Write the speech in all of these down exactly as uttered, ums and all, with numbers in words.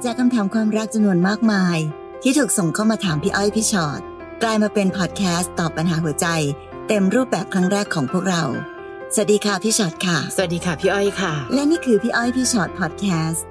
จากคำถามความรักจำนวนมากมายที่ถูกส่งเข้ามาถามพี่อ้อยพี่ชอตกลายมาเป็นพอดแคสต์ตอบปัญหาหัวใจเต็มรูปแบบครั้งแรกของพวกเราสวัสดีค่ะพี่ชอตค่ะสวัสดีค่ะพี่อ้อยค่ะและนี่คือพี่อ้อยพี่ชอตพอดแคสต์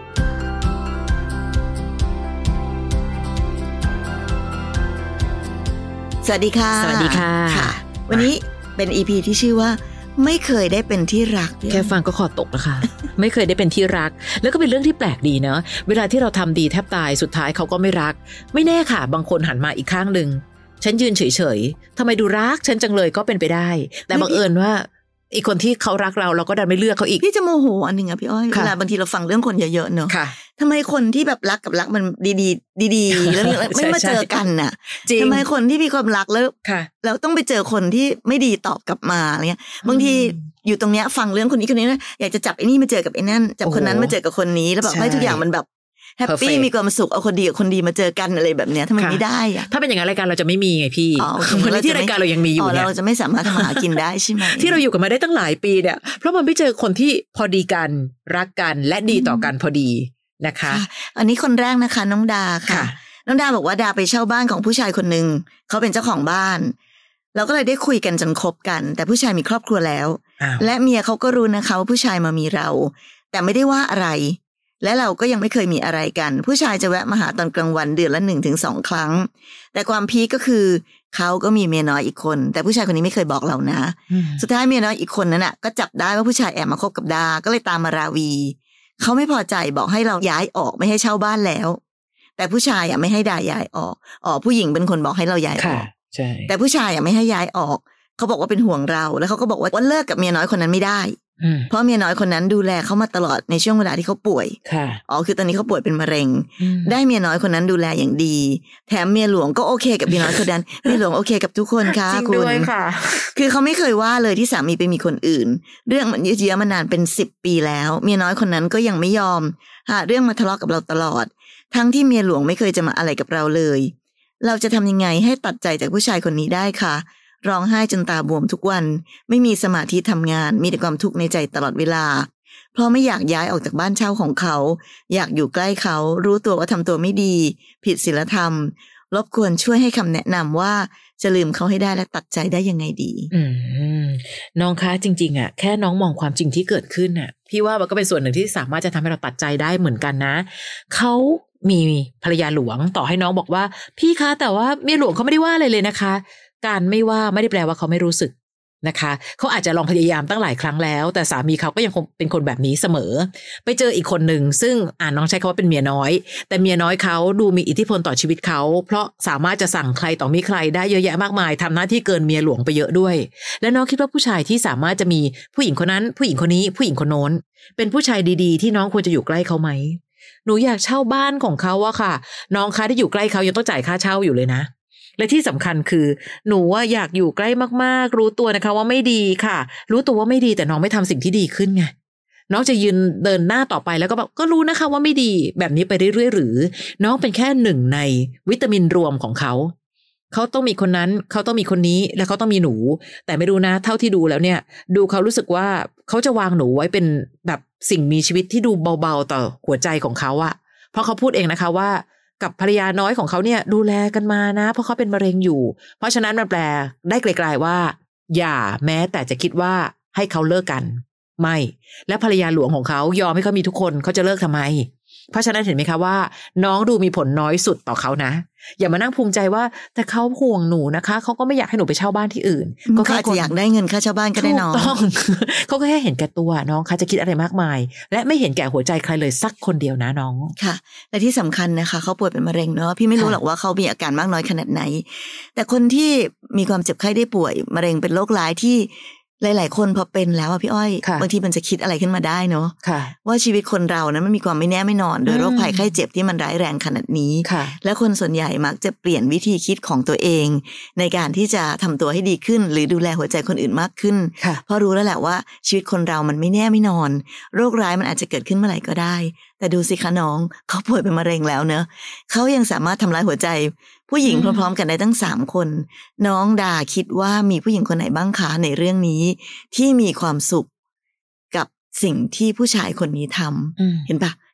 สวัสดีค่ะสวัสดีค่ะค่ะวันนี้เป็น อี พี ที่ชื่อว่าไม่เคยได้เป็นที่รักแค่ฟังก็คอตกนะคะ ไม่เคยได้เป็นที่รักแล้วก็เป็นเรื่องที่แปลกดีเนาะเวลาที่เราทำดีแทบตายสุดท้ายเขาก็ไม่รักไม่แน่ค่ะบางคนหันมาอีกข้างนึงฉันยืนเฉยๆทำไมดูรักฉันจังเลยก็เป็นไปได้แต่บังเอิญว่าอีกคนที่เขารักเราเราก็ดันไม่เลือกเขาอีกพี่จะโมโหอันนึงอ่ะพี่อ้อยเวลาบางทีเราฟังเรื่องคนเยอะๆเนอะทำไมคนที่แบบรักกับรักมันดีๆดีๆแล้วไม่มาเจอกันน่ะทำไมคนที่มีความรักแล้วแล้วต้องไปเจอคนที่ไม่ดีตอบกลับมาอะไรเงี้ยบางทีอยู่ตรงเนี้ยฟังเรื่องคนนี้คนนี้นะอยากจะจับไอ้นี่มาเจอกับไอ้นั่นจับคนนั้นมาเจอกับคนนี้แล้วแบบให้ทุกอย่างมันแบบแฮปปี้มีความสุขเอาคนดีกับคนดีมาเจอกันอะไรแบบเนี้ยทำไมไม่ได้อะถ้าเป็นอย่างนั้นรายการเราจะไม่มีไงพี่วันนี้ที่รายการเรายังมีอยู่เนี่ยเราจะไม่สามารถทำหากินได้ใช่ไหมที่เราอยู่กันมาได้ตั้งหลายปีเนี่ยเพราะมันไม่เจอคนที่พอดีกันรักกันและดีต่อกันพอดีนะคะอันนี้คนแรกนะคะน้องดาค่ะน้องดาบอกว่าดาไปเช่าบ้านของผู้ชายคนนึงเขาเป็นเจ้าของบ้านเราก็เลยได้คุยกันจนคบกันแต่ผู้ชายมีครอบครัวแล้วและเมียเขาก็รู้นะคะว่าผู้ชายมามีเราแต่ไม่ได้ว่าอะไรและเราก็ยังไม่เคยมีอะไรกันผู้ชายจะแวะมาหาตอนกลางวันเดือนละ หนึ่งถึงสอง ครั้งแต่ความพีคก็คือเขาก็มีเมียน้อยอีกคนแต่ผู้ชายคนนี้ไม่เคยบอกเรานะสุดท้ายเมียน้อยอีกคนนั้นน่ะก็จับได้ว่าผู้ชายแอบมาคบกับดาก็เลยตามมาราวีเขาไม่พอใจบอกให้เราย้ายออกไม่ให้เช่าบ้านแล้วแต่ผู้ชายอ่ะไม่ให้ดาย้ายออกอ๋อผู้หญิงเป็นคนบอกให้เราย้ายออกใช่แต่ผู้ชายอ่ะไม่ให้ย้ายออกเขาบอกว่าเป็นห่วงเราแล้วเขาก็บอกว่าว่าเลิกกับเมียน้อยคนนั้นไม่ได้เพราะเมียน้อยคนนั้นดูแลเขามาตลอดในช่วงเวลาที่เขาป่วยอ๋อคือตอนนี้เขาป่วยเป็นมะเร็งได้เมียน้อยคนนั้นดูแลอย่างดีแถมเมียหลวงก็โอเคกับเมียน้อยคนนั้นเมียหลวงโอเคกับทุกคนค่ะคุณคือเขาไม่เคยว่าเลยที่สามีไปมีคนอื่นเรื่องมันยืดเยื้อมานานเป็นสิบปีแล้วเมียน้อยคนนั้นก็ยังไม่ยอมหาเรื่องมาทะเลาะกับเราตลอดทั้งที่เมียหลวงไม่เคยจะมาอะไรกับเราเลยเราจะทำยังไงให้ตัดใจจากผู้ชายคนนี้ได้คะร้องไห้จนตาบวมทุกวันไม่มีสมาธิทำงานมีแต่ความทุกข์ในใจตลอดเวลาเพราะไม่อยากย้ายออกจากบ้านเช่าของเขาอยากอยู่ใกล้เขารู้ตัวว่าทำตัวไม่ดีผิดศีลธรรมรบกวนช่วยให้คำแนะนำว่าจะลืมเขาให้ได้และตัดใจได้ยังไงดีอืมน้องคะจริงๆอ่ะแค่น้องมองความจริงที่เกิดขึ้นน่ะพี่ว่ามันก็เป็นส่วนหนึ่งที่สามารถจะทำให้เราตัดใจได้เหมือนกันนะเขามีภรรยาหลวงต่อให้น้องบอกว่าพี่คะแต่ว่าเมียหลวงเขาไม่ได้ว่าอะไรเลยนะคะการไม่ว่าไม่ได้แปลว่าเขาไม่รู้สึกนะคะเขาอาจจะลองพยายามตั้งหลายครั้งแล้วแต่สามีเขาก็ยังคงเป็นคนแบบนี้เสมอไปเจออีกคนหนึ่งซึ่งอ่านน้องใช้คำว่าเป็นเมียน้อยแต่เมียน้อยเขาดูมีอิทธิพลต่อชีวิตเขาเพราะสามารถจะสั่งใครต่อมีใครได้เยอะแยะมากมายทำหน้าที่เกินเมียหลวงไปเยอะด้วยและน้องคิดว่าผู้ชายที่สามารถจะมีผู้หญิงคนนั้นผู้หญิงคนนี้ผู้หญิงคนโน้นเป็นผู้ชายดีๆที่น้องควรจะอยู่ใกล้เขาไหมหนูอยากเช่าบ้านของเขาอะค่ะน้องคะที่อยู่ใกล้เขายังต้องจ่ายค่าเช่าอยู่เลยนะและที่สำคัญคือหนูว่าอยากอยู่ใกล้มากๆรู้ตัวนะคะว่าไม่ดีค่ะรู้ตัวว่าไม่ดีแต่น้องไม่ทำสิ่งที่ดีขึ้นไงน้องจะยืนเดินหน้าต่อไปแล้วก็แบบก็รู้นะคะว่าไม่ดีแบบนี้ไปเรื่อยๆหรือน้องเป็นแค่หนึ่งในวิตามินรวมของเขาเขาต้องมีคนนั้นเขาต้องมีคนนี้และเขาต้องมีหนูแต่ไม่รู้นะเท่าที่ดูแล้วเนี่ยดูเขารู้สึกว่าเขาจะวางหนูไว้เป็นแบบสิ่งมีชีวิตที่ดูเบาๆต่อหัวใจของเขาอะเพราะเขาพูดเองนะคะว่ากับภรรยาน้อยของเขาเนี่ยดูแลกันมานะเพราะเขาเป็นมะเร็งอยู่เพราะฉะนั้นมันแปลได้ไกลๆว่าอย่าแม้แต่จะคิดว่าให้เขาเลิกกันไม่และภรรยาหลวงของเขายอมให้เขามีทุกคนเขาจะเลิกทำไมเพราะฉะนั้นเห็นไหมคะว่าน้องดูมีผลน้อยสุดต่อเขานะอย่ามานั่งภูมิใจว่าแต่เขาห่วงหนูนะคะเขาก็ไม่อยากให้หนูไปเช่าบ้านที่อื่นก็แค่อยากได้เงินค่าเช่าบ้านก็ได้น้องต้องเขาก็แค่เห็นแก่ตัวน้องคะจะคิดอะไรมากมายและไม่เห็นแก่หัวใจใครเลยสักคนเดียวนะน้องค่ะและที่สำคัญนะคะเขาป่วยเป็นมะเร็งเนาะพี่ไม่รู้หรอกว่าเขามีอาการมากน้อยขนาดไหนแต่คนที่มีความเจ็บไข้ได้ป่วยมะเร็งเป็นโรคร้ายที่หลายๆคนพอเป็นแล้วอ่ะพี่อ้อยบางทีมันจะคิดอะไรขึ้นมาได้เนาะว่าชีวิตคนเรานั้นมันมีความไม่แน่ไม่นอนโดยโรคภัยไข้เจ็บที่มันร้ายแรงขนาดนี้และคนส่วนใหญ่มักจะเปลี่ยนวิธีคิดของตัวเองในการที่จะทำตัวให้ดีขึ้นหรือดูแลหัวใจคนอื่นมากขึ้นเพราะรู้แล้วแหละว่าชีวิตคนเรามันไม่แน่ไม่นอนโรคร้ายมันอาจจะเกิดขึ้นเมื่อไหร่ก็ได้แต่ดูสิคะน้องเขาป่วยเป็นมะเร็งแล้วเนอะเขายังสามารถทำร้ายหัวใจผู้หญิงพร้อมๆกันได้ตั้งสามคนน้องดาคิดว่ามีผู้หญิงคนไหนบ้างคะในเรื่องนี้ที่มีความสุขกับสิ่งที่ผู้ชายคนนี้ทำเห็นปะ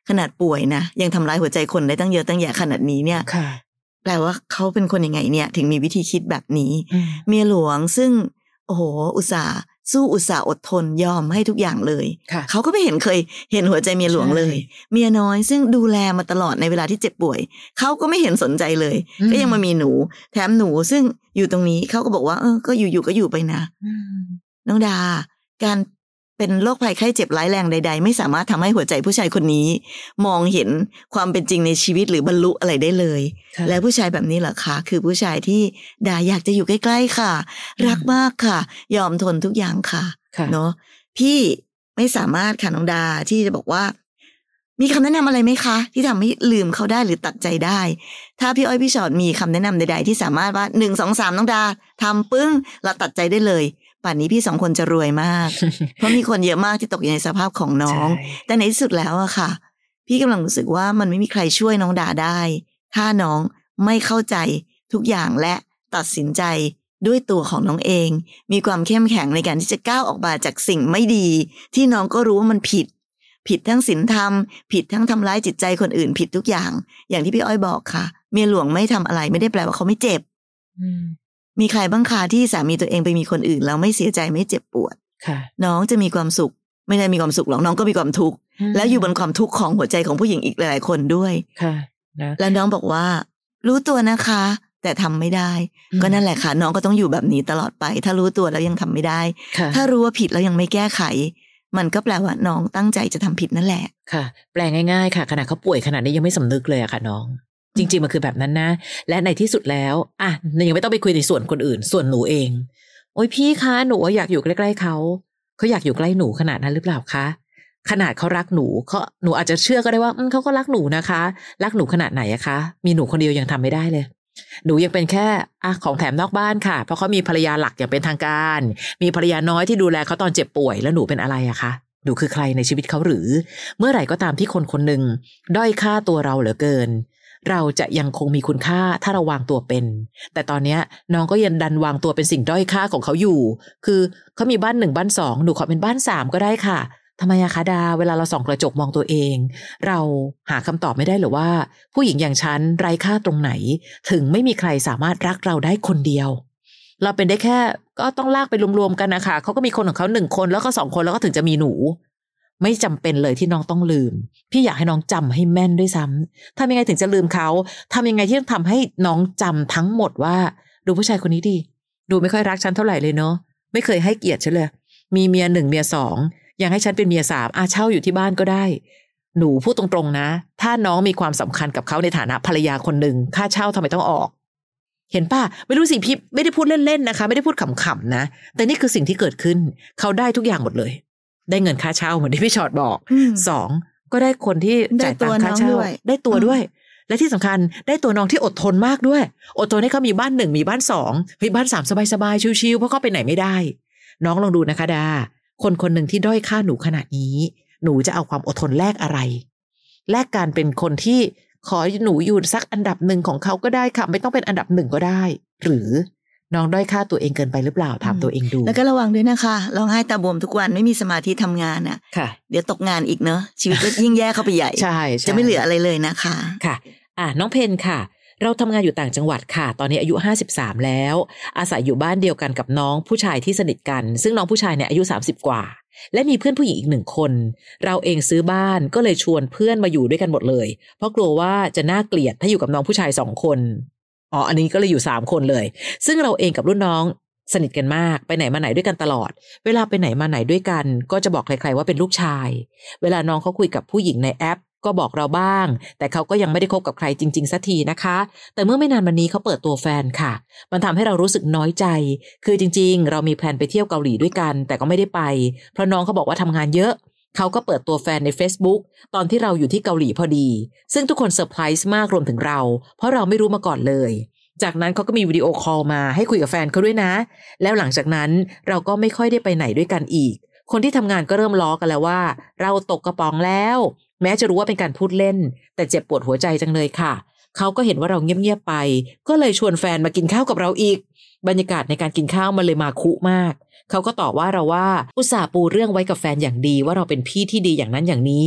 ขนาดป่วยนะยังทำร้ายหัวใจคนได้ตั้งเยอะตั้งแยะขนาดนี้เนี่ยแปลว่าเขาเป็นคนยังไงเนี่ยถึงมีวิธีคิดแบบนี้เมียหลวงซึ่งโอ้โหอุตส่าห์สู้อุตส่าห์อดทนยอมให้ทุกอย่างเลยเขาก็ไม่เห็นเคยเห็นหัวใจเมียหลวงเลยเมียน้อยซึ่งดูแลมาตลอดในเวลาที่เจ็บป่วยเขาก็ไม่เห็นสนใจเลยก็ยังมามีหนูแถมหนูซึ่งอยู่ตรงนี้เขาก็บอกว่าเออก็อยู่ๆก็อยู่ไปนะน้องดาการเป็นโรคภัยไข้เจ็บร้ายแรงใดๆไม่สามารถทำให้หัวใจผู้ชายคนนี้มองเห็นความเป็นจริงในชีวิตหรือบรรลุอะไรได้เลยและผู้ชายแบบนี้เหรอคะคือผู้ชายที่ดาอยากจะอยู่ใกล้ๆค่ะรักมากค่ะยอมทนทุกอย่างค่ะเนาะพี่ไม่สามารถค่ะน้องดาที่จะบอกว่ามีคำแนะนำอะไรไหมคะที่ทำให้ลืมเขาได้หรือตัดใจได้ถ้าพี่อ้อยพี่ชอตมีคำแนะนำใดๆที่สามารถว่าหนึ่ง สอง สามน้องดาทำปึ้งเราตัดใจได้เลยป่านนี้พี่สองคนจะรวยมาก เพราะมีคนเยอะมากที่ตกอยู่ในสภาพของน้องแต่ในที่สุดแล้วอะค่ะพี่กำลังรู้สึกว่ามันไม่มีใครช่วยน้องดาได้ถ้าน้องไม่เข้าใจทุกอย่างและตัดสินใจด้วยตัวของน้องเองมีความเข้มแข็งในการที่จะก้าวออกมาจากสิ่งไม่ดีที่น้องก็รู้ว่ามันผิดผิดทั้งศีลธรรมผิดทั้งทำร้ายจิตใจคนอื่นผิดทุกอย่างอย่างที่พี่อ้อยบอกค่ะเมียหลวงไม่ทำอะไรไม่ได้แปลว่าเขาไม่เจ็บมีใครบ้างคะที่สามีตัวเองไปมีคนอื่นแล้วไม่เสียใจไม่เจ็บปวดน้องจะมีความสุขไม่ได้มีความสุขหรอกน้องก็มีความทุกข์แล้วอยู่บนความทุกข์ของหัวใจของผู้หญิงอีกหลายๆคนด้วยแล้วน้องบอกว่ารู้ตัวนะคะแต่ทำไม่ได้ก็นั่นแหละค่ะน้องก็ต้องอยู่แบบนี้ตลอดไปถ้ารู้ตัวแล้วยังทำไม่ได้ถ้ารู้ว่าผิดแล้วยังไม่แก้ไขมันก็แปลว่าน้องตั้งใจจะทำผิดนั่นแหละค่ะแปลง่ายๆค่ะขนาดเขาป่วยขนาดนี้ยังไม่สำนึกเลยอะค่ะน้องจริงๆมันคือแบบนั้นนะและในที่สุดแล้วอ่ะยังไม่ต้องไปคุยในส่วนคนอื่นส่วนหนูเองโอ๊ยพี่คะหนูอยากอยู่ใกล้ๆเขาเขาอยากอยู่ใกล้หนูขนาดนั้นหรือเปล่าคะขนาดเขารักหนูเขาหนูอาจจะเชื่อก็ได้ว่าเขาก็รักหนูนะคะรักหนูขนาดไหนอะคะมีหนูคนเดียวยังทำไม่ได้เลยหนูยังเป็นแค่อ่ะของแถมนอกบ้านค่ะเพราะเขามีภรรยาหลักอย่างเป็นทางการมีภรรยาน้อยที่ดูแลเขาตอนเจ็บป่วยแล้วหนูเป็นอะไรอะคะหนูคือใครในชีวิตเขาหรือเมื่อไหร่ก็ตามที่คนคนหนึ่งด้อยค่าตัวเราเหลือเกินเราจะยังคงมีคุณค่าถ้าเราวางตัวเป็นแต่ตอนนี้น้องก็ยังดันวางตัวเป็นสิ่งด้อยค่าของเขาอยู่คือเขามีบ้านหนึ่งบ้านสองหนูขอเป็นบ้านสามก็ได้ค่ะทำไมอะคะดาเวลาเราส่องกระจกมองตัวเองเราหาคำตอบไม่ได้หรือว่าผู้หญิงอย่างฉันไร้ค่าตรงไหนถึงไม่มีใครสามารถรักเราได้คนเดียวเราเป็นได้แค่ก็ต้องลากไปรวมๆกันนะคะเขาก็มีคนของเขาหนึ่งคนแล้วก็สองคนแล้วก็ถึงจะมีหนูไม่จำเป็นเลยที่น้องต้องลืมพี่อยากให้น้องจำให้แม่นด้วยซ้ำทำยังไงถึงจะลืมเขาทำยังไงที่จะทำให้น้องจำทั้งหมดว่าดูผู้ชายคนนี้ดิดูไม่ค่อยรักฉันเท่าไหร่เลยเนาะไม่เคยให้เกียรติฉันเลยมีเมียหนึ่งเมียสองยังให้ฉันเป็นเมียสามอาเช่าอยู่ที่บ้านก็ได้หนูพูดตรงๆนะถ้าน้องมีความสำคัญกับเขาในฐานะภรรยาคนหนึ่งค่าเช่าทำไมต้องออกเห็นป่ะไม่รู้สิพี่ไม่ได้พูดเล่นๆนะคะไม่ได้พูดขำๆนะแต่นี่คือสิ่งที่เกิดขึ้นเขาได้ทุกอย่างหมดเลยได้เงินค่าเช่าเหมือนที่พี่ชอตบอกสองก็ได้คนที่จ่ายตังค่าเช่าได้ตัวด้วยและที่สำคัญได้ตัวน้องที่อดทนมากด้วยอดทนให้เขามีบ้านหนึ่งมีบ้านสองมีบ้านสามสบายๆชิวๆเพราะเขาไปไหนไม่ได้น้องลองดูนะคะดาคนคนหนึ่งที่ด้อยค่าหนูขนาดนี้หนูจะเอาความอดทนแลกอะไรแลกการเป็นคนที่ขอหนูอยู่สักอันดับหนึ่งของเขาก็ได้ค่ะไม่ต้องเป็นอันดับหนึ่งก็ได้หรือน้องด้อยค่าตัวเองเกินไปหรือเปล่าถามตัวเองดูแล้วก็ระวังด้วยนะคะร้องไห้ตาบวมทุกวันไม่มีสมาธิทำงานอ่ะเดี๋ยวตกงานอีกเนอะชีวิตก็ยิ่งแย่เข้าไปใหญ่ใช่จะไม่เหลืออะไรเลยนะคะค่ะอ่ะน้องเพนค่ะเราทำงานอยู่ต่างจังหวัดค่ะตอนนี้อายุห้าสิบสามแล้วอาศัยอยู่บ้านเดียวกันกับน้องผู้ชายที่สนิทกันซึ่งน้องผู้ชายเนี่ยอายุสามสิบกว่าและมีเพื่อนผู้หญิงอีกหนึ่งคนเราเองซื้อบ้านก็เลยชวนเพื่อนมาอยู่ด้วยกันหมดเลยเพราะกลัวว่าจะน่าเกลียดถ้าอยู่กับน้องผู้ชายสองคนอ๋ออันนี้ก็เลยอยู่สามคนเลยซึ่งเราเองกับรุ่นน้องสนิทกันมากไปไหนมาไหนด้วยกันตลอดเวลาไปไหนมาไหนด้วยกันก็จะบอกใครๆว่าเป็นลูกชายเวลาน้องเขาคุยกับผู้หญิงในแอปก็บอกเราบ้างแต่เขาก็ยังไม่ได้คบกับใครจริงๆสักทีนะคะแต่เมื่อไม่นานมานี้เขาเปิดตัวแฟนค่ะมันทำให้เรารู้สึกน้อยใจคือจริงๆเรามีแพลนไปเที่ยวเกาหลีด้วยกันแต่ก็ไม่ได้ไปเพราะน้องเขาบอกว่าทำงานเยอะเขาก็เปิดตัวแฟนใน Facebook ตอนที่เราอยู่ที่เกาหลีพอดีซึ่งทุกคนเซอร์ไพรส์มากรวมถึงเราเพราะเราไม่รู้มาก่อนเลยจากนั้นเขาก็มีวิดีโอคอลมาให้คุยกับแฟนเขาด้วยนะแล้วหลังจากนั้นเราก็ไม่ค่อยได้ไปไหนด้วยกันอีกคนที่ทำงานก็เริ่มล้อกันแล้วว่าเราตกกระป๋องแล้วแม้จะรู้ว่าเป็นการพูดเล่นแต่เจ็บปวดหัวใจจังเลยค่ะเขาก็เห็นว่าเราเงียบๆไปก็เลยชวนแฟนมากินข้าวกับเราอีกบรรยากาศในการกินข้าวมันเลยมาคุมากเขาก็ตอบว่าเราว่าอุตส่าห์ปูเรื่องไว้กับแฟนอย่างดีว่าเราเป็นพี่ที่ดีอย่างนั้นอย่างนี้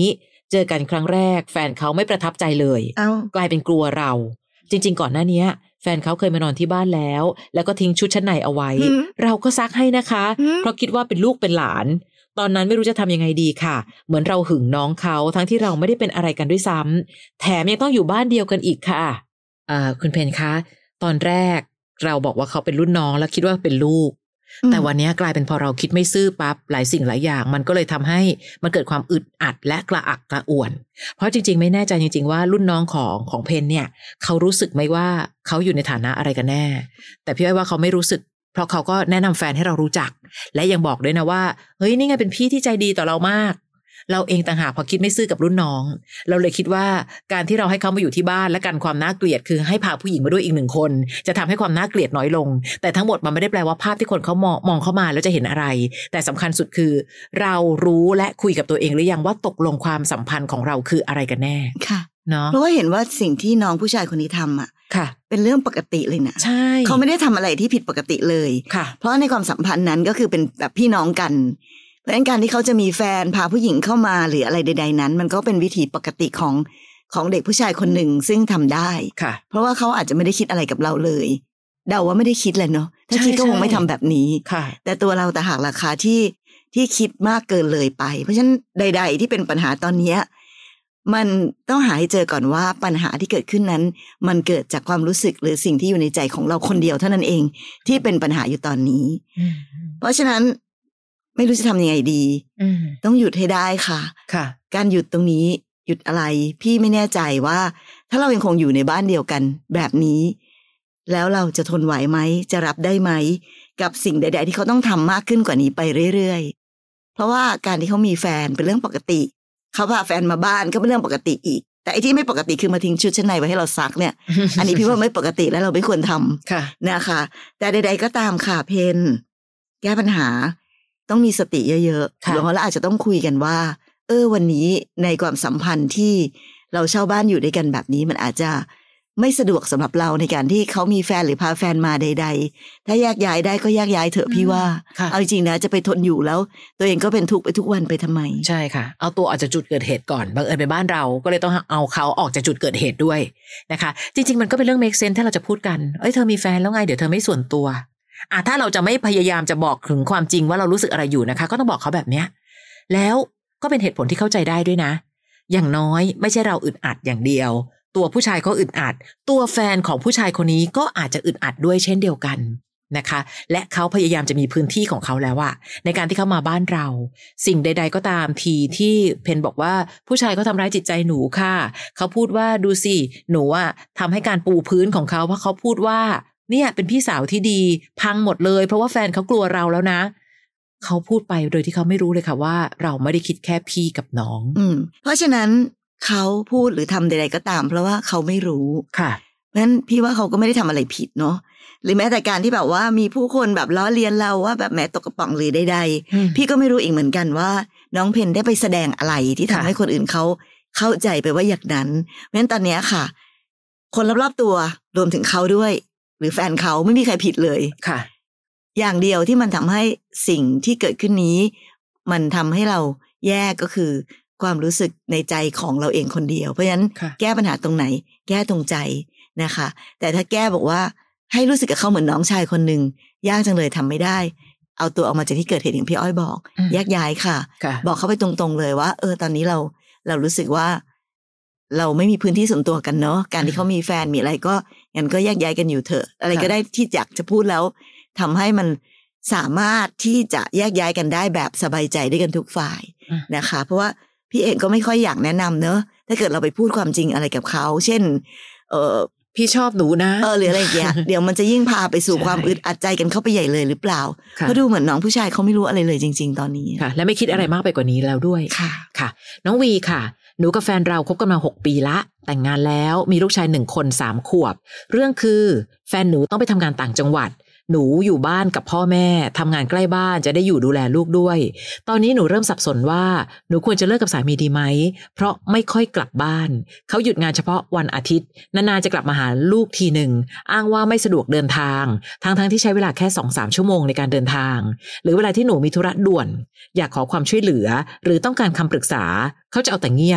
เจอกันครั้งแรกแฟนเขาไม่ประทับใจเลยกลายเป็นกลัวเราจริงๆก่อนหน้านี้แฟนเขาเคยมานอนที่บ้านแล้วแล้วก็ทิ้งชุดชั้นในเอาไว้เราก็ซักให้นะคะเพราะคิดว่าเป็นลูกเป็นหลานตอนนั้นไม่รู้จะทำยังไงดีค่ะเหมือนเราหึงน้องเขาทั้งที่เราไม่ได้เป็นอะไรกันด้วยซ้ำแถมยังต้องอยู่บ้านเดียวกันอีกค่ะอ่าคุณเพนคะตอนแรกเราบอกว่าเขาเป็นรุ่นน้องแล้วคิดว่าเป็นลูกแต่วันนี้กลายเป็นพอเราคิดไม่ซื่อปั๊บหลายสิ่งหลายอย่างมันก็เลยทำให้มันเกิดความอึดอัดและกระอักกระอ่วนเพราะจริงๆไม่แน่ใจจริงๆว่ารุ่นน้องของของเพนเนี่ยเขารู้สึกไหมว่าเขาอยู่ในฐานะอะไรกันแน่แต่พี่อ้อยว่าเขาไม่รู้สึกเพราะเขาก็แนะนำแฟนให้เรารู้จักและยังบอกด้วยนะว่าเฮ้ยนี่ไงเป็นพี่ที่ใจดีต่อเรามากเราเองต่างหากพอคิดไม่ซื่อกับรุ่นน้องเราเลยคิดว่าการที่เราให้เขามาอยู่ที่บ้านและกันความน่าเกลียดคือให้พาผู้หญิงมาด้วยอีกหนึ่งคนจะทำให้ความน่าเกลียดน้อยลงแต่ทั้งหมดมันไม่ได้แปลว่าภาพที่คนเขามองมองเข้ามาแล้วจะเห็นอะไรแต่สำคัญสุดคือเรารู้และคุยกับตัวเองหรือยังว่าตกลงความสัมพันธ์ของเราคืออะไรกันแน่ค่ะเนาะเพราะว่าเห็นว่าสิ่งที่น้องผู้ชายคนนี้ทำอ่ะค่ะเป็นเรื่องปกติเลยนะใช่เขาไม่ได้ทำอะไรที่ผิดปกติเลยค่ะเพราะในความสัมพันธ์นั้นก็คือเป็นแบบพี่น้องกันเพราะฉะนั้นการที่เขาจะมีแฟนพาผู้หญิงเข้ามาหรืออะไรใดๆนั้นมันก็เป็นวิถีปกติของของเด็กผู้ชายคนหนึ่งซึ่งทำได้ค่ะเพราะว่าเขาอาจจะไม่ได้คิดอะไรกับเราเลยเดาว่าไม่ได้คิดแหละเนาะถ้าคิดก็คงไม่ทำแบบนี้แต่ตัวเราแต่หากราคาที่ที่คิดมากเกินเลยไปเพราะฉะนั้นใดๆที่เป็นปัญหาตอนนี้มันต้องหาให้เจอก่อนว่าปัญหาที่เกิดขึ้นนั้นมันเกิดจากความรู้สึกหรือสิ่งที่อยู่ในใจของเราคนเดียวเท่านั้นเองที่เป็นปัญหาอยู่ตอนนี้เพราะฉะนั้นไม่รู้จะทำยังไงดีต้องหยุดให้ได้ค่ะค่ะการหยุดตรงนี้หยุดอะไรพี่ไม่แน่ใจว่าถ้าเรายังคงอยู่ในบ้านเดียวกันแบบนี้แล้วเราจะทนไหวไหมจะรับได้ไหมกับสิ่งใดๆที่เขาต้องทำมากขึ้นกว่านี้ไปเรื่อยๆเพราะว่าการที่เขามีแฟนเป็นเรื่องปกติเขาพาแฟนมาบ้านก็เป็นเรื่องปกติอีกแต่ไอ้ที่ไม่ปกติคือมาทิ้งชุดชั้นในไว้ให้เราซักเนี่ย อันนี้พี่ว่าไม่ปกติและเราไม่ควรทำนะคะแต่ใดๆก็ตามค่ะเพนแก้ปัญหาต้องมีสติเยอะๆแล้วเราอาจจะต้องคุยกันว่าเออวันนี้ในความสัมพันธ์ที่เราเช่าบ้านอยู่ด้วยกันแบบนี้มันอาจจะไม่สะดวกสำหรับเราในการที่เขามีแฟนหรือพาแฟนมาใดๆถ้าแยกย้ายได้ก็แยกย้ายเถอะพี่ว่าเอาจริงๆนะจะไปทนอยู่แล้วตัวเองก็เป็นทุกข์ไปทุกวันไปทำไมใช่ค่ะเอาตัวออกจากจุดเกิดเหตุก่อนบังเอิญไปบ้านเราก็เลยต้องเอาเขาออกจากจุดเกิดเหตุด้วยนะคะจริงๆมันก็เป็นเรื่อง make sense ถ้าเราจะพูดกันเอ้ยเธอมีแฟนแล้วไงเดี๋ยวเธอไม่ส่วนตัวอ่ะถ้าเราจะไม่พยายามจะบอกถึงความจริงว่าเรารู้สึกอะไรอยู่นะคะก็ต้องบอกเขาแบบเนี้ยแล้วก็เป็นเหตุผลที่เข้าใจได้ด้วยนะอย่างน้อยไม่ใช่เราอึดอัดอย่างเดียวตัวผู้ชายก็อึดอัดตัวแฟนของผู้ชายคนนี้ก็อาจจะอึดอัดด้วยเช่นเดียวกันนะคะและเขาพยายามจะมีพื้นที่ของเขาแล้วอะในการที่เขามาบ้านเราสิ่งใดๆก็ตามทีที่เพนบอกว่าผู้ชายเขาทำร้ายจิตใจหนูค่ะเขาพูดว่าดูสิหนูอะทำให้การปูพื้นของเขาเพราะเขาพูดว่าเนี่ยเป็นพี่สาวที่ดีพังหมดเลยเพราะว่าแฟนเขากลัวเราแล้วนะเขาพูดไปโดยที่เขาไม่รู้เลยค่ะว่าเราไม่ได้คิดแค่พี่กับน้องอืมเพราะฉะนั้นเขาพูดหรือทำใดๆก็ตามเพราะว่าเขาไม่รู้ค่ะเพราะฉะนั้นพี่ว่าเขาก็ไม่ได้ทำอะไรผิดเนาะหรือแม้แต่การที่แบบว่ามีผู้คนแบบล้อเลียนเราว่าแบบแม้ตกกระป๋องหรือใดๆพี่ก็ไม่รู้อีกเหมือนกันว่าน้องเพนได้ไปแสดงอะไรที่ทำให้คนอื่นเขาเข้าใจไปว่าอย่างนั้นเพราะฉะนั้นตอนนี้ค่ะคนรอบๆตัวรวมถึงเขาด้วยหรือแฟนเขาไม่มีใครผิดเลยค่ะอย่างเดียวที่มันทำให้สิ่งที่เกิดขึ้นนี้มันทำให้เราแย่ก็คือความรู้สึกในใจของเราเองคนเดียวเพราะฉะนั้นแก้ปัญหาตรงไหนแก้ตรงใจนะคะแต่ถ้าแก้บอกว่าให้รู้สึกกับเขาเหมือนน้องชายคนหนึ่งยากจังเลยทำไม่ได้เอาตัวออกมาจากที่เกิดเหตุอย่างพี่อ้อยบอกแยกย้ายค่ะบอกเขาไปตรงๆเลยว่าเออตอนนี้เราเรารู้สึกว่าเราไม่มีพื้นที่ส่วนตัวกันเนาะการที่เขามีแฟนมีอะไรก็งั้นก็แยกย้ายกันอยู่เถอะอะไรก็ได้ที่อยากจะพูดแล้วทำให้มันสามารถที่จะแยกย้ายกันได้แบบสบายใจด้วยกันทุกฝ่ายนะคะเพราะว่าพี่เองก็ไม่ค่อยอยากแนะนำเนอะถ้าเกิดเราไปพูดความจริงอะไรกับเขาเช่นเออพี่ชอบหนูนะเออหรืออะไรอย่างเงี้ยเดี๋ยวมันจะยิ่งพาไปสู่ความอึดอัดใจกันเข้าไปใหญ่เลยหรือเปล่าเพราะดูเหมือนน้องผู้ชายเขาไม่รู้อะไรเลยจริงๆตอนนี้ค่ะและไม่คิดอะไรมากไปกว่านี้แล้วด้วยค่ะค่ะน้องวีค่ะหนูกับแฟนเราคบกันมาหกปีละแต่งงานแล้วมีลูกชายหนึ่งคนสามขวบเรื่องคือแฟนหนูต้องไปทำงานต่างจังหวัดหนูอยู่บ้านกับพ่อแม่ทำงานใกล้บ้านจะได้อยู่ดูแลลูกด้วยตอนนี้หนูเริ่มสับสนว่าหนูควรจะเลิกกับสามีดีไหมเพราะไม่ค่อยกลับบ้านเขาหยุดงานเฉพาะวันอาทิตย์นานๆจะกลับมาหาลูกทีหนึ่งอ้างว่าไม่สะดวกเดินทางทั้งๆที่ใช้เวลาแค่ สองถึงสาม ชั่วโมงในการเดินทางหรือเวลาที่หนูมีธุระด่วนอยากขอความช่วยเหลือหรือต้องการคำปรึกษาเขาจะเอาแต่เงียบ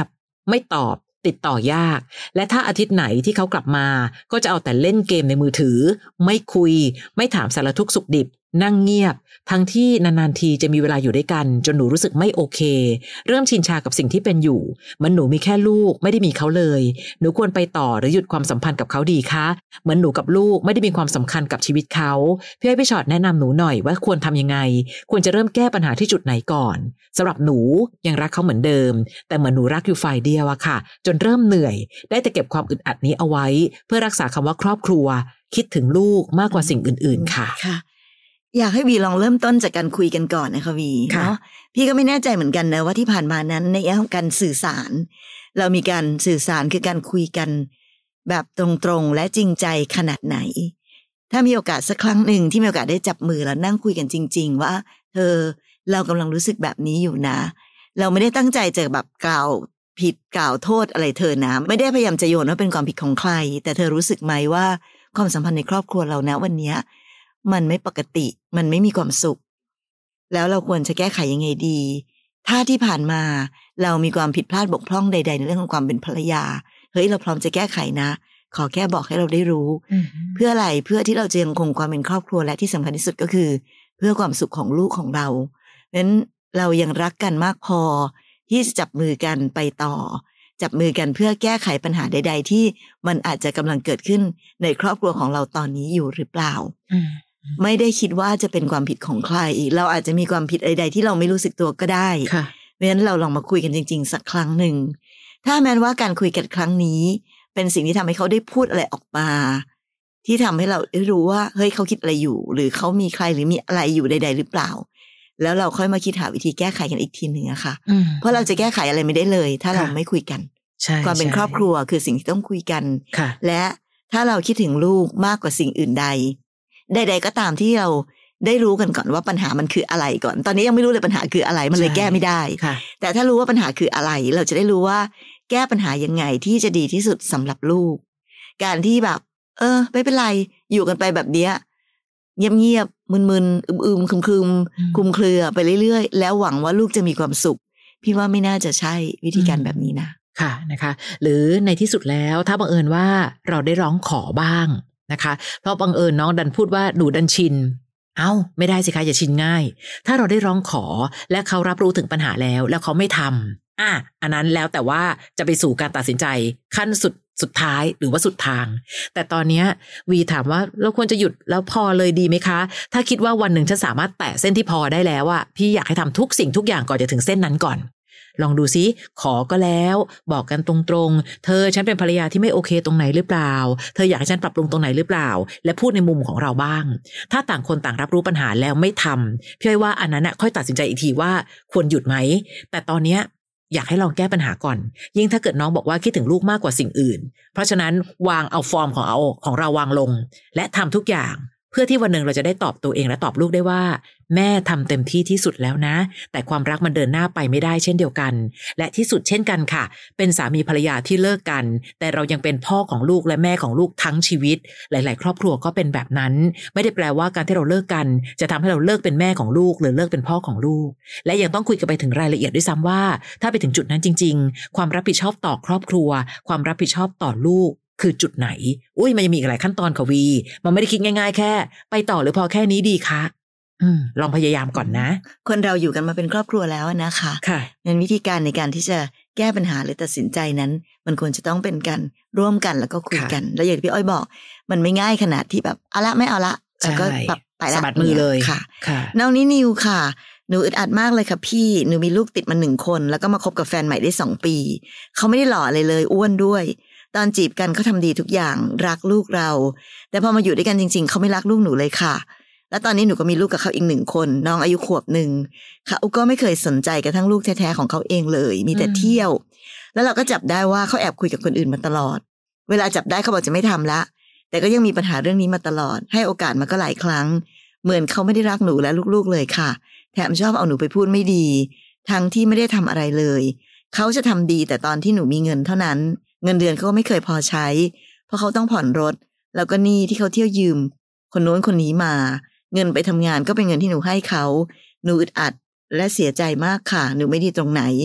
ไม่ตอบติดต่อยากและถ้าอาทิตย์ไหนที่เขากลับมาก็จะเอาแต่เล่นเกมในมือถือไม่คุยไม่ถามสารทุกข์สุขดิบนั่งเงียบทั้งที่นานๆทีจะมีเวลาอยู่ด้วยกันจนหนูรู้สึกไม่โอเคเริ่มชินชากับสิ่งที่เป็นอยู่มันหนูมีแค่ลูกไม่ได้มีเขาเลยหนูควรไปต่อหรือหยุดความสัมพันธ์กับเขาดีคะเหมือนหนูกับลูกไม่ได้มีความสำคัญกับชีวิตเขาพี่ให้พี่ชอตแนะนำหนูหน่อยว่าควรทำยังไงควรจะเริ่มแก้ปัญหาที่จุดไหนก่อนสำหรับหนูยังรักเขาเหมือนเดิมแต่เหมือนหนูรักอยู่ฝ่ายเดียวอะค่ะจนเริ่มเหนื่อยได้แต่เก็บความอึดอัดนี้เอาไว้เพื่อรักษาคำว่าครอบครัวคิดถึงลูกมากกว่าสิ่งอื่นๆค่ะอยากให้วีลองเริ่มต้นจากการคุยกันก่อนนะคะวีเนาะพี่ก็ไม่แน่ใจเหมือนกันนะว่าที่ผ่านมานั้นในแง่ของการสื่อสารเรามีการสื่อสารคือการคุยกันแบบตรงๆและจริงใจขนาดไหนถ้ามีโอกาสสักครั้งหนึ่งที่มีโอกาสได้จับมือแล้วนั่งคุยกันจริงๆว่าเธอเรากำลังรู้สึกแบบนี้อยู่นะเราไม่ได้ตั้งใจจะแบบกล่าวผิดกล่าวโทษอะไรเธอนะไม่ได้พยายามจะโยนว่าเป็นความผิดของใครแต่เธอรู้สึกไหมว่าความสัมพันธ์ในครอบครัวเรานะวันนี้มันไม่ปกติมันไม่มีความสุขแล้วเราควรจะแก้ไขยังไงดีถ้าที่ผ่านมาเรามีความผิดพลาดบกพร่องใดๆในเรื่องของความเป็นภรรยาเฮ้ยเราพร้อมจะแก้ไขนะขอแค่บอกให้เราได้รู้ mm-hmm. เพื่ออะไรเพื่อที่เราจะยังคงความเป็นครอบครัวและที่สำคัญที่สุดก็คือเพื่อความสุขของลูกของเราเพราะฉะนั้นเรายังรักกันมากพอที่จะจับมือกันไปต่อจับมือกันเพื่อแก้ไขปัญหาใดๆที่มันอาจจะกำลังเกิดขึ้นในครอบครัวของเราตอนนี้อยู่หรือเปล่า mm-hmm.ไม่ได้คิดว่าจะเป็นความผิดของใครเราอาจจะมีความผิดใดๆที่เราไม่รู้สึกตัวก็ได้เพราะฉะนั้นเราลองมาคุยกันจริงๆสักครั้งหนึ่งถ้าแม้ว่าการคุยกันครั้งนี้เป็นสิ่งที่ทำให้เขาได้พูดอะไรออกมาที่ทำให้เราได้รู้ว่าเฮ้ยเขาคิดอะไรอยู่หรือเขามีใครหรือมีอะไรอยู่ใดๆหรือเปล่าแล้วเราค่อยมาคิดหาวิธีแก้ไขกันอีกทีหนึ่งอะค่ะเพราะเราจะแก้ไขอะไรไม่ได้เลยถ้าเราไม่คุยกันความเป็นครอบครัวคือสิ่งที่ต้องคุยกันและถ้าเราคิดถึงลูกมากกว่าสิ่งอื่นใดใดๆก็ตามที่เราได้รู้กันก่อนว่าปัญหามันคืออะไรก่อนตอนนี้ยังไม่รู้เลยปัญหาคืออะไรมันเลยแก้ไม่ได้แต่ถ้ารู้ว่าปัญหาคืออะไรเราจะได้รู้ว่าแก้ปัญหายังไงที่จะดีที่สุดสำหรับลูกการที่แบบเออไม่เป็นไรอยู่กันไปแบบเนี้ยเงียบๆมึนๆอึมๆครึมๆคลุมเครือไปเรื่อยๆแล้วหวังว่าลูกจะมีความสุขพี่ว่าไม่น่าจะใช่วิธีการแบบนี้นะค่ะนะคะหรือในที่สุดแล้วถ้าบังเอิญว่าเราได้ร้องขอบ้างนะคะเพราะบังเอิญน้องดันพูดว่าหนูดันชินเอ้าไม่ได้สิคะอย่าชินง่ายถ้าเราได้ร้องขอและเขารับรู้ถึงปัญหาแล้วแล้วเขาไม่ทำอ่ะอันนั้นแล้วแต่ว่าจะไปสู่การตัดสินใจขั้นสุดสุดท้ายหรือว่าสุดทางแต่ตอนนี้วีถามว่าเราควรจะหยุดแล้วพอเลยดีไหมคะถ้าคิดว่าวันหนึ่งฉันสามารถแตะเส้นที่พอได้แล้วอะพี่อยากให้ทำทุกสิ่งทุกอย่างก่อนจะถึงเส้นนั้นก่อนลองดูซิขอก็แล้วบอกกันตรงๆเธอฉันเป็นภรรยาที่ไม่โอเคตรงไหนหรือเปล่าเธออยากให้ฉันปรับปรุงตรงไหนหรือเปล่าและพูดในมุมของเราบ้างถ้าต่างคนต่างรับรู้ปัญหาแล้วไม่ทำพี่อ้อยว่าอันนั้นน่ะค่อยตัดสินใจอีกทีว่าควรหยุดไหมแต่ตอนเนี้ยอยากให้ลองแก้ปัญหาก่อนยิ่งถ้าเกิดน้องบอกว่าคิดถึงลูกมากกว่าสิ่งอื่นเพราะฉะนั้นวางเอาฟอร์มของเอาของเราวางลงและทำทุกอย่างเพื่อที่วันหนึ่งเราจะได้ตอบตัวเองและตอบลูกได้ว่าแม่ทำเต็มที่ที่สุดแล้วนะแต่ความรักมันเดินหน้าไปไม่ได้เช่นเดียวกันและที่สุดเช่นกันค่ะเป็นสามีภรรยาที่เลิกกันแต่เรายังเป็นพ่อของลูกและแม่ของลูกทั้งชีวิตหลายๆครอบครัวก็เป็นแบบนั้นไม่ได้แปลว่าการที่เราเลิกกันจะทำให้เราเลิกเป็นแม่ของลูกหรือเลิกเป็นพ่อของลูกและยังต้องคุยกันไปถึงรายละเอียดด้วยซ้ำว่าถ้าไปถึงจุดนั้นจริงๆความรับผิดชอบต่อครอบครัวความรับผิดชอบต่อลูกคือจุดไหนอุ้ยมันยังมีอีกหลายขั้นตอนค่ะวีมันไม่ได้คิดง่ายๆแค่ไปต่อหรือพอแค่นี้ดีคะอืมลองพยายามก่อนนะคนเราอยู่กันมาเป็นครอบครัวแล้วนะคะค่ะงั้นวิธีการในการที่จะแก้ปัญหาหรือตัดสินใจนั้นมันควรจะต้องเป็นการร่วมกันแล้วก็คุยกันแล้วอย่างที่พี่อ้อยบอกมันไม่ง่ายขนาดที่แบบเอาละไม่เอาละแล้วก็ปรับไปละสะบัดมือเลยค่ะน้องนินิวค่ะหนูอึดอัดมากเลยค่ะพี่หนูมีลูกติดมาหนึ่งคนแล้วก็มาคบกับแฟนใหม่ได้สองปีเขาไม่ได้หล่ออะไรเลยอ้วนด้วยตอนจีบกันเขาทำดีทุกอย่างรักลูกเราแต่พอมาอยู่ด้วยกันจริงๆเขาไม่รักลูกหนูเลยค่ะแล้วตอนนี้หนูก็มีลูกกับเขาอีกหนึ่งคนน้องอายุขวบหนึ่งเขาก็ไม่เคยสนใจกระทั่งลูกแท้ๆของเขาเองเลยมีแต่เที่ยวแล้วเราก็จับได้ว่าเขาแอบคุยกับคนอื่นมาตลอดเวลาจับได้เขาบอกจะไม่ทำละแต่ก็ยังมีปัญหาเรื่องนี้มาตลอดให้โอกาสมาก็หลายครั้งเหมือนเขาไม่ได้รักหนูและลูกๆเลยค่ะแถมชอบเอาหนูไปพูดไม่ดีทั้งที่ไม่ได้ทำอะไรเลยเขาจะทำดีแต่ตอนที่หนูมีเงินเท่านั้นเงินเดือนเขาก็ไม่เคยพอใช้เพราะเขาต้องผ่อนรถแล้วก็หนี้ที่เขาเที่ยวยืมคนโน้นคนนี้มาเงินไปทำงานก็เป็นเงินที่หนูให้เขาหนูอึดอัดและเสียใจมากค่ะหนูไม่ดีตรงไหน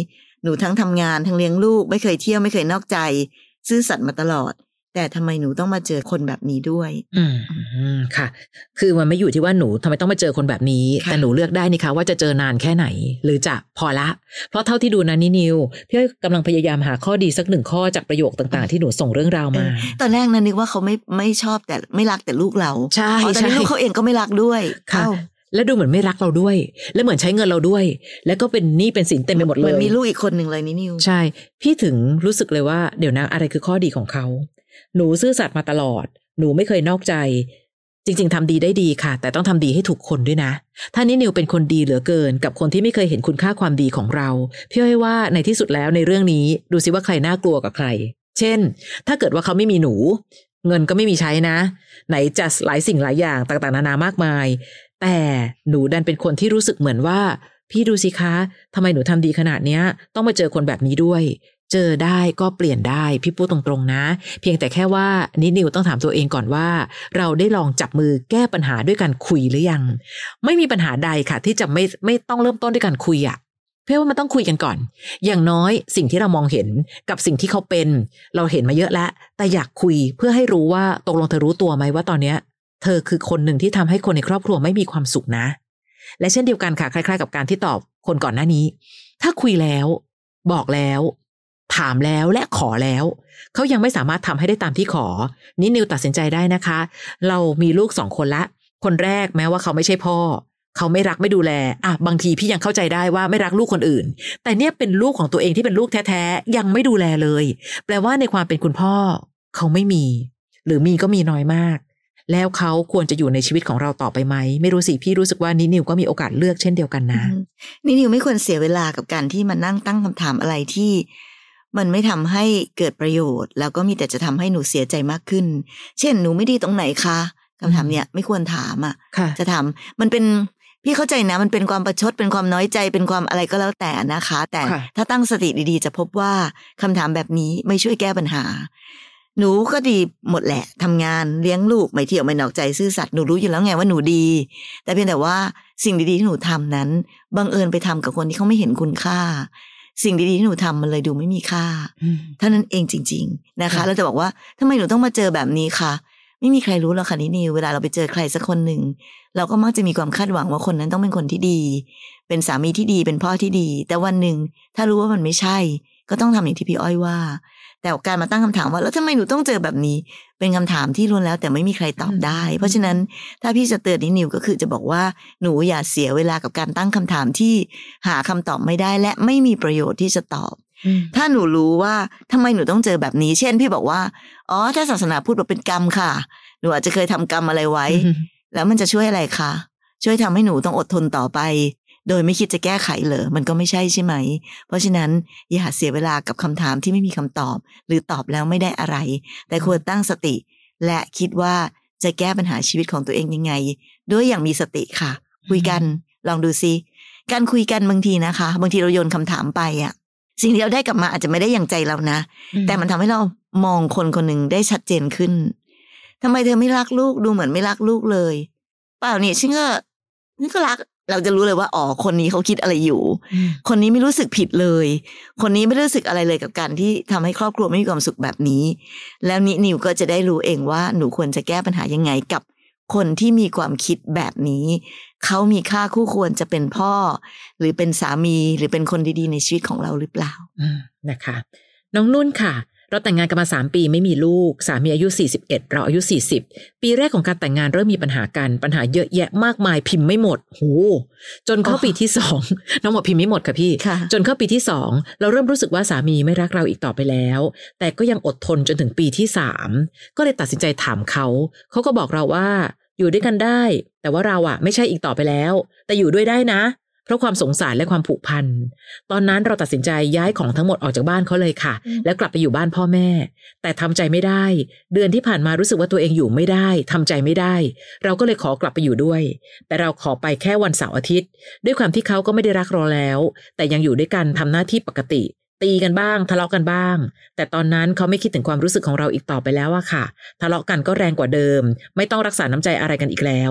หนูทั้งทำงานทั้งเลี้ยงลูกไม่เคยเที่ยวไม่เคยนอกใจซื่อสัตย์มาตลอดแต่ทำไมหนูต้องมาเจอคนแบบนี้ด้วยอืมค่ะคือมันไม่อยู่ที่ว่าหนูทำไมต้องมาเจอคนแบบนี้แต่หนูเลือกได้นี่คะว่าจะเจอนานแค่ไหนหรือจะพอละเพราะเท่าที่ดูนะนี่นิวพี่กำลังพยายามหาข้อดีสักหนึ่งข้อจากประโยคต่างๆที่หนูส่งเรื่องราวมาตอนแรกนะนึกว่าเขาไม่ไม่ชอบแต่ไม่รักแต่ลูกเราใช่ตอนนี้ลูกเขาเองก็ไม่รักด้วยค่ะและดูเหมือนไม่รักเราด้วยและเหมือนใช้เงินเราด้วยแล้วก็เป็นหนี้เป็นสินเต็มไปหมดเลยเหมือนมีลูกอีกคนหนึ่งเลยนี่นิวใช่พี่ถึงรู้สึกเลยว่าเดี๋ยวนะอะไรคือข้อดีของเขาหนูซื่อสัตย์มาตลอดหนูไม่เคยนอกใจจริงๆทำดีได้ดีค่ะแต่ต้องทำดีให้ถูกคนด้วยนะถ้านินิวเป็นคนดีเหลือเกินกับคนที่ไม่เคยเห็นคุณค่าความดีของเราพี่อ้อยว่าในที่สุดแล้วในเรื่องนี้ดูสิว่าใครน่ากลัวกับใครเช่นถ้าเกิดว่าเขาไม่มีหนูเงินก็ไม่มีใช้นะไหนจะหลายสิ่งหลายอย่างต่างๆนานามากมายแต่หนูดันเป็นคนที่รู้สึกเหมือนว่าพี่ดูสิคะทำไมหนูทำดีขนาดเนี้ยต้องมาเจอคนแบบนี้ด้วยเจอได้ก็เปลี่ยนได้พี่พูดตรงๆนะเพียงแต่แค่ว่านิดนิวต้องถามตัวเองก่อนว่าเราได้ลองจับมือแก้ปัญหาด้วยการคุยหรือยังไม่มีปัญหาใดค่ะที่จะไม่ไม่ต้องเริ่มต้นด้วยการคุยอะเพื่อว่ามันต้องคุยกันก่อนอย่างน้อยสิ่งที่เรามองเห็นกับสิ่งที่เขาเป็นเราเห็นมาเยอะแล้วแต่อยากคุยเพื่อให้รู้ว่าตกลงเธอรู้ตัวไหมว่าตอนเนี้ยเธอคือคนหนึ่งที่ทำให้คนในครอบครัวไม่มีความสุขนะและเช่นเดียวกันค่ะคล้ายๆกับการที่ตอบคนก่อนหน้านี้ถ้าคุยแล้วบอกแล้วถามแล้วและขอแล้วเขายังไม่สามารถทำให้ได้ตามที่ขอนิดนิวตัดสินใจได้นะคะเรามีลูกสองคนละคนแรกแม้ว่าเขาไม่ใช่พ่อเขาไม่รักไม่ดูแลอ่ะบางทีพี่ยังเข้าใจได้ว่าไม่รักลูกคนอื่นแต่เนี่ยเป็นลูกของตัวเองที่เป็นลูกแท้ๆยังไม่ดูแลเลยแปลว่าในความเป็นคุณพ่อเขาไม่มีหรือมีก็มีน้อยมากแล้วเขาควรจะอยู่ในชีวิตของเราต่อไปไหมไม่รู้สิพี่รู้สึกว่านิดนิวก็มีโอกาสเลือกเช่นเดียวกันนะนิดนิวไม่ควรเสียเวลากับการที่มานั่งตั้งคำถามอะไรที่มันไม่ทำให้เกิดประโยชน์แล้วก็มีแต่จะทำให้หนูเสียใจมากขึ้นเช่นหนูไม่ดีตรงไหนคะคำถามเนี้ยไม่ควรถามอ่ะจะถามมันเป็นพี่เข้าใจนะมันเป็นความประชดเป็นความน้อยใจเป็นความอะไรก็แล้วแต่นะคะแต่ถ้าตั้งสติดีๆจะพบว่าคำถามแบบนี้ไม่ช่วยแก้ปัญหาหนูก็ดีหมดแหละทำงานเลี้ยงลูกไม่เที่ยวไม่นอกใจซื่อสัตย์หนูรู้อยู่แล้วไงว่าหนูดีแต่เพียงแต่ว่าสิ่งดีๆที่หนูทำนั้นบังเอิญไปทำกับคนที่เขาไม่เห็นคุณค่าสิ่งดีๆที่หนูทำมันเลยดูไม่มีค่าเท่านั้นเองจริงๆนะคะแล้วจะบอกว่าทำไมหนูต้องมาเจอแบบนี้คะไม่มีใครรู้หรอกค่ะนินิวเวลาเราไปเจอใครสักคนหนึ่งเราก็มักจะมีความคาดหวังว่าคนนั้นต้องเป็นคนที่ดีเป็นสามีที่ดีเป็นพ่อที่ดีแต่วันหนึ่งถ้ารู้ว่ามันไม่ใช่ก็ต้องทำอย่างที่พี่อ้อยว่าแต่การมาตั้งคำถามว่าแล้วทำไมหนูต้องเจอแบบนี้เป็นคำถามที่ล้วนแล้วแต่ไม่มีใครตอบได้เพราะฉะนั้นถ้าพี่จะเตือนนินิวก็คือจะบอกว่าหนูอย่าเสียเวลากับการตั้งคำถามที่หาคำตอบไม่ได้และไม่มีประโยชน์ที่จะตอบถ้าหนูรู้ว่าทำไมหนูต้องเจอแบบนี้เช่นพี่บอกว่าอ๋อถ้าศาสนาพูดว่าเป็นกรรมค่ะหนูอาจจะเคยทำกรรมอะไรไว้แล้วมันจะช่วยอะไรคะช่วยทำให้หนูต้องอดทนต่อไปโดยไม่คิดจะแก้ไขเหรอมันก็ไม่ใช่ใช่ไหมเพราะฉะนั้นอย่าเสียเวลากับคำถามที่ไม่มีคำตอบหรือตอบแล้วไม่ได้อะไรแต่ควรตั้งสติและคิดว่าจะแก้ปัญหาชีวิตของตัวเองยังไงด้วยอย่างมีสติค่ะคุยกันลองดูซิการคุยกันบางทีนะคะบางทีเราโยนคำถามไปอ่ะสิ่งที่เราได้กลับมาอาจจะไม่ได้อย่างใจเรานะแต่มันทำให้เรามองคนคนหนึ่งได้ชัดเจนขึ้นทำไมเธอไม่รักลูกดูเหมือนไม่รักลูกเลยเปล่านี่ฉันก็นี่ก็รักเราจะรู้เลยว่าอ๋อคนนี้เขาคิดอะไรอยู่คนนี้ไม่รู้สึกผิดเลยคนนี้ไม่รู้สึกอะไรเลยกับการที่ทำให้ครอบครัวไม่มีความสุขแบบนี้แล้วนินิวก็จะได้รู้เองว่าหนูควรจะแก้ปัญหายังไงกับคนที่มีความคิดแบบนี้เขามีค่าคู่ควรจะเป็นพ่อหรือเป็นสามีหรือเป็นคนดีๆในชีวิตของเราหรือเปล่านะคะน้องนุ่นค่ะเราแต่งงานกันมาสามปีไม่มีลูกสามีอายุสี่สิบเอ็ดเราอายุสี่สิบปีแรกของการแต่งงานเริ่มมีปัญหากันปัญหาเยอะแยะมากมายพิมพ์ไม่หมดโหจนเข้าปีที่สองน้องบอกพิมพ์ไม่หมดค่ะพี่จนเข้าปีที่สองเราเริ่มรู้สึกว่าสามีไม่รักเราอีกต่อไปแล้วแต่ก็ยังอดทนจนถึงปีที่สามก็เลยตัดสินใจถามเขาเขาก็บอกเราว่าอยู่ด้วยกันได้แต่ว่าเราอะไม่ใช่อีกต่อไปแล้วแต่อยู่ด้วยได้นะเพราะความสงสารและความผูกพันตอนนั้นเราตัดสินใจย้ายของทั้งหมดออกจากบ้านเขาเลยค่ะแล้วกลับไปอยู่บ้านพ่อแม่แต่ทำใจไม่ได้เดือนที่ผ่านมารู้สึกว่าตัวเองอยู่ไม่ได้ทำใจไม่ได้เราก็เลยขอกลับไปอยู่ด้วยแต่เราขอไปแค่วันเสาร์อาทิตย์ด้วยความที่เขาก็ไม่ได้รักเราแล้วแต่ยังอยู่ด้วยกันทำหน้าที่ปกติตีกันบ้างทะเลาะกันบ้างแต่ตอนนั้นเขาไม่คิดถึงความรู้สึกของเราอีกต่อไปแล้วอะค่ะทะเลาะกันก็แรงกว่าเดิมไม่ต้องรักษาน้ำใจอะไรกันอีกแล้ว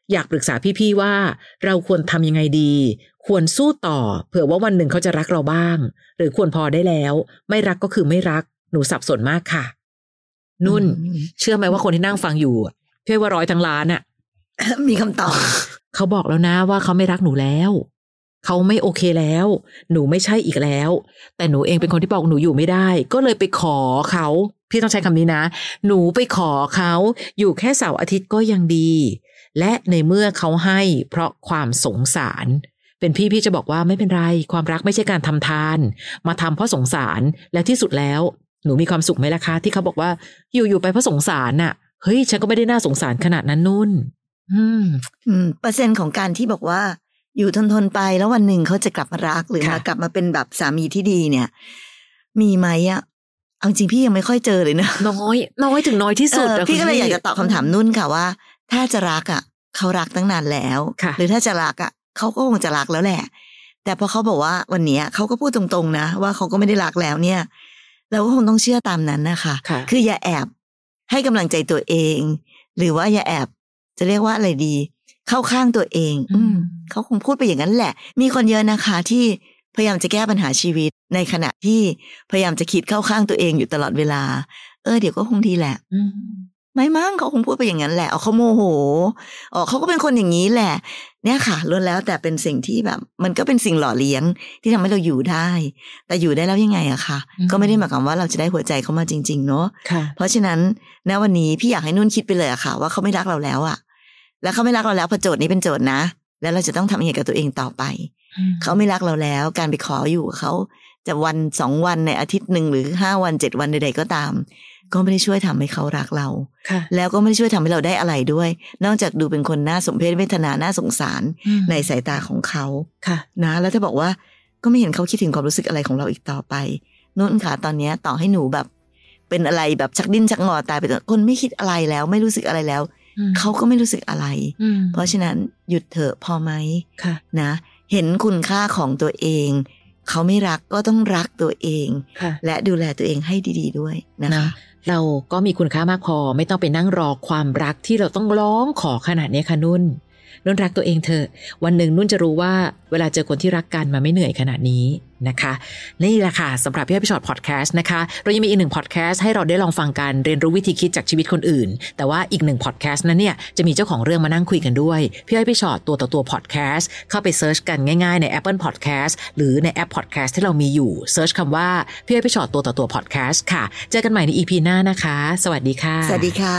อยากปรึกษาพี่ๆว่าเราควรทำยังไงดีควรสู้ต่อเผื่อว่าวันหนึ่งเขาจะรักเราบ้างหรือควรพอได้แล้วไม่รักก็คือไม่รักหนูสับสนมากค่ะนุ่นเชื่อไหมว่าคนที่นั่งฟังอยู่เพื่อว่าร้อยทั้งล้านอะมีคำตอบเขาบอกแล้วนะว่าเขาไม่รักหนูแล้วเขาไม่โอเคแล้วหนูไม่ใช่อีกแล้วแต่หนูเองเป็นคนที่บอกหนูอยู่ไม่ได้ก็เลยไปขอเขาพี่ต้องใช้คำนี้นะหนูไปขอเขาอยู่แค่เสาร์อาทิตย์ก็ยังดีและในเมื่อเขาให้เพราะความสงสารเป็นพี่พี่จะบอกว่าไม่เป็นไรความรักไม่ใช่การทำทานมาทำเพราะสงสารและที่สุดแล้วหนูมีความสุขไหมล่ะคะที่เขาบอกว่าอยู่อยู่ไปเพราะสงสารน่ะเฮ้ยฉันก็ไม่ได้น่าสงสารขนาดนั้นนุ่นอืมอืมเปอร์เซ็นต์ของการที่บอกว่าอยู่ทนทนไปแล้ววันหนึ่งเขาจะกลับมารักหรือมากลับมาเป็นแบบสามีที่ดีเนี่ยมีไหมอะเอาจริงพี่ยังไม่ค่อยเจอเลยนะน้อยน้อยถึงน้อยที่สุดพี่ก็เลยอยากจะตอบคำถามนุ่นค่ะว่าถ้าจะรักอะเขารักตั้งนานแล้วหรือถ้าจะรักอะเขาก็คงจะรักแล้วแหละแต่พอเขาบอกว่าวันนี้เขาก็พูดตรงๆนะว่าเขาก็ไม่ได้รักแล้วเนี่ยเราก็คงต้องเชื่อตามนั้นนะคะคืออย่าแอบให้กำลังใจตัวเองหรือว่าอย่าแอบจะเรียกว่าอะไรดีเข้าข้างตัวเองอืมเขาคงพูดไปอย่างนั้นแหละมีคนเยอะนะคะที่พยายามจะแก้ปัญหาชีวิตในขณะที่พยายามจะคิดเข้าข้างตัวเองอยู่ตลอดเวลาเออเดี๋ยวก็คงดีแหละไม่มั้งเขาคงพูดไปอย่างนั้นแหละอ๋อเขาโมโหอ๋อเขาก็เป็นคนอย่างนี้แหละเนี่ยค่ะล้วนแล้วแต่เป็นสิ่งที่แบบมันก็เป็นสิ่งหล่อเลี้ยงที่ทำให้เราอยู่ได้แต่อยู่ได้แล้วยังไงอะค่ะก็ไม่ได้หมายความว่าเราจะได้หัวใจเขามาจริงๆเนาะเพราะฉะนั้นณวันนี้พี่อยากให้นุ่นคิดไปเลยอะค่ะว่าเขาไม่รักเราแล้วอะแล้วเขาไม่รักเราแล้วพอโจทย์นี้เป็นโจทย์นะแล้วเราจะต้องทำยังไงกับตัวเองต่อไปเขาไม่รักเราแล้วการไปขออยู่เขาจะวันสองวันในอาทิตย์หนึ่งหรือห้าวันเจ็ดวันใดๆก็ตามก็ไม่ได้ช่วยทำให้เขารักเราแล้วก็ไม่ได้ช่วยทำให้เราได้อะไรด้วยนอกจากดูเป็นคนน่าสมเพชเวทนาน่าสงสารในสายตาของเขานะแล้วถ้าบอกว่าก็ไม่เห็นเขาคิดถึงความรู้สึกอะไรของเราอีกต่อไปนุ่นค่ะตอนนี้ต่อให้หนูแบบเป็นอะไรแบบชักดิ้นชักงอตายไปตัวคนไม่คิดอะไรแล้วไม่รู้สึกอะไรแล้วเขาก็ไม่รู้สึกอะไรเพราะฉะนั้นหยุดเถอะพอไหมนะเห็นคุณค่าของตัวเองเขาไม่รักก็ต้องรักตัวเองและดูแลตัวเองให้ดีๆด้วยนะคะเราก็มีคุณค่ามากพอไม่ต้องไปนั่งรอความรักที่เราต้องร้องขอขนาดนี้ค่ะนุ่นนุ่นรักตัวเองเถอะวันหนึ่งนุ่นจะรู้ว่าเวลาเจอคนที่รักกันมันไม่เหนื่อยขนาดนี้นะคะนี่แหละค่ะสำหรับพี่อ้อยพี่ชอตพอดแคสต์นะคะเรายังมีอีกหนึ่งพอดแคสต์ให้เราได้ลองฟังกันเรียนรู้วิธีคิดจากชีวิตคนอื่นแต่ว่าอีกหนึ่งพอดแคสต์นั้นเนี่ยจะมีเจ้าของเรื่องมานั่งคุยกันด้วยพี่อ้อยพี่ชอตตัวต่อตัวพอดแคสต์เข้าไปเซิร์ชกันง่ายๆใน Apple Podcast หรือในแอปพอดแคสต์ที่เรามีอยู่เซิร์ชคำว่าพี่อ้อยพี่ชอตตัวต่อตัวพอดแคสต์ค่ะเจอกันใหม่ใน อี พี หน้านะคะสวัสดีค่ะสวัสดีค่ะ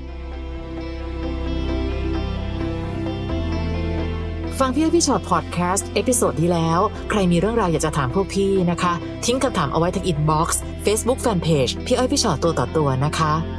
ฟังพี่อ้อยพี่ชอตพอดแคสต์เอพิโซดที่แล้วใครมีเรื่องราวอยากจะถามพวกพี่นะคะทิ้งคำถามเอาไว้ที่อินบ็อกซ์ Facebook Fanpage พี่อ้อยพี่ชอตตัวต่อตัวนะคะ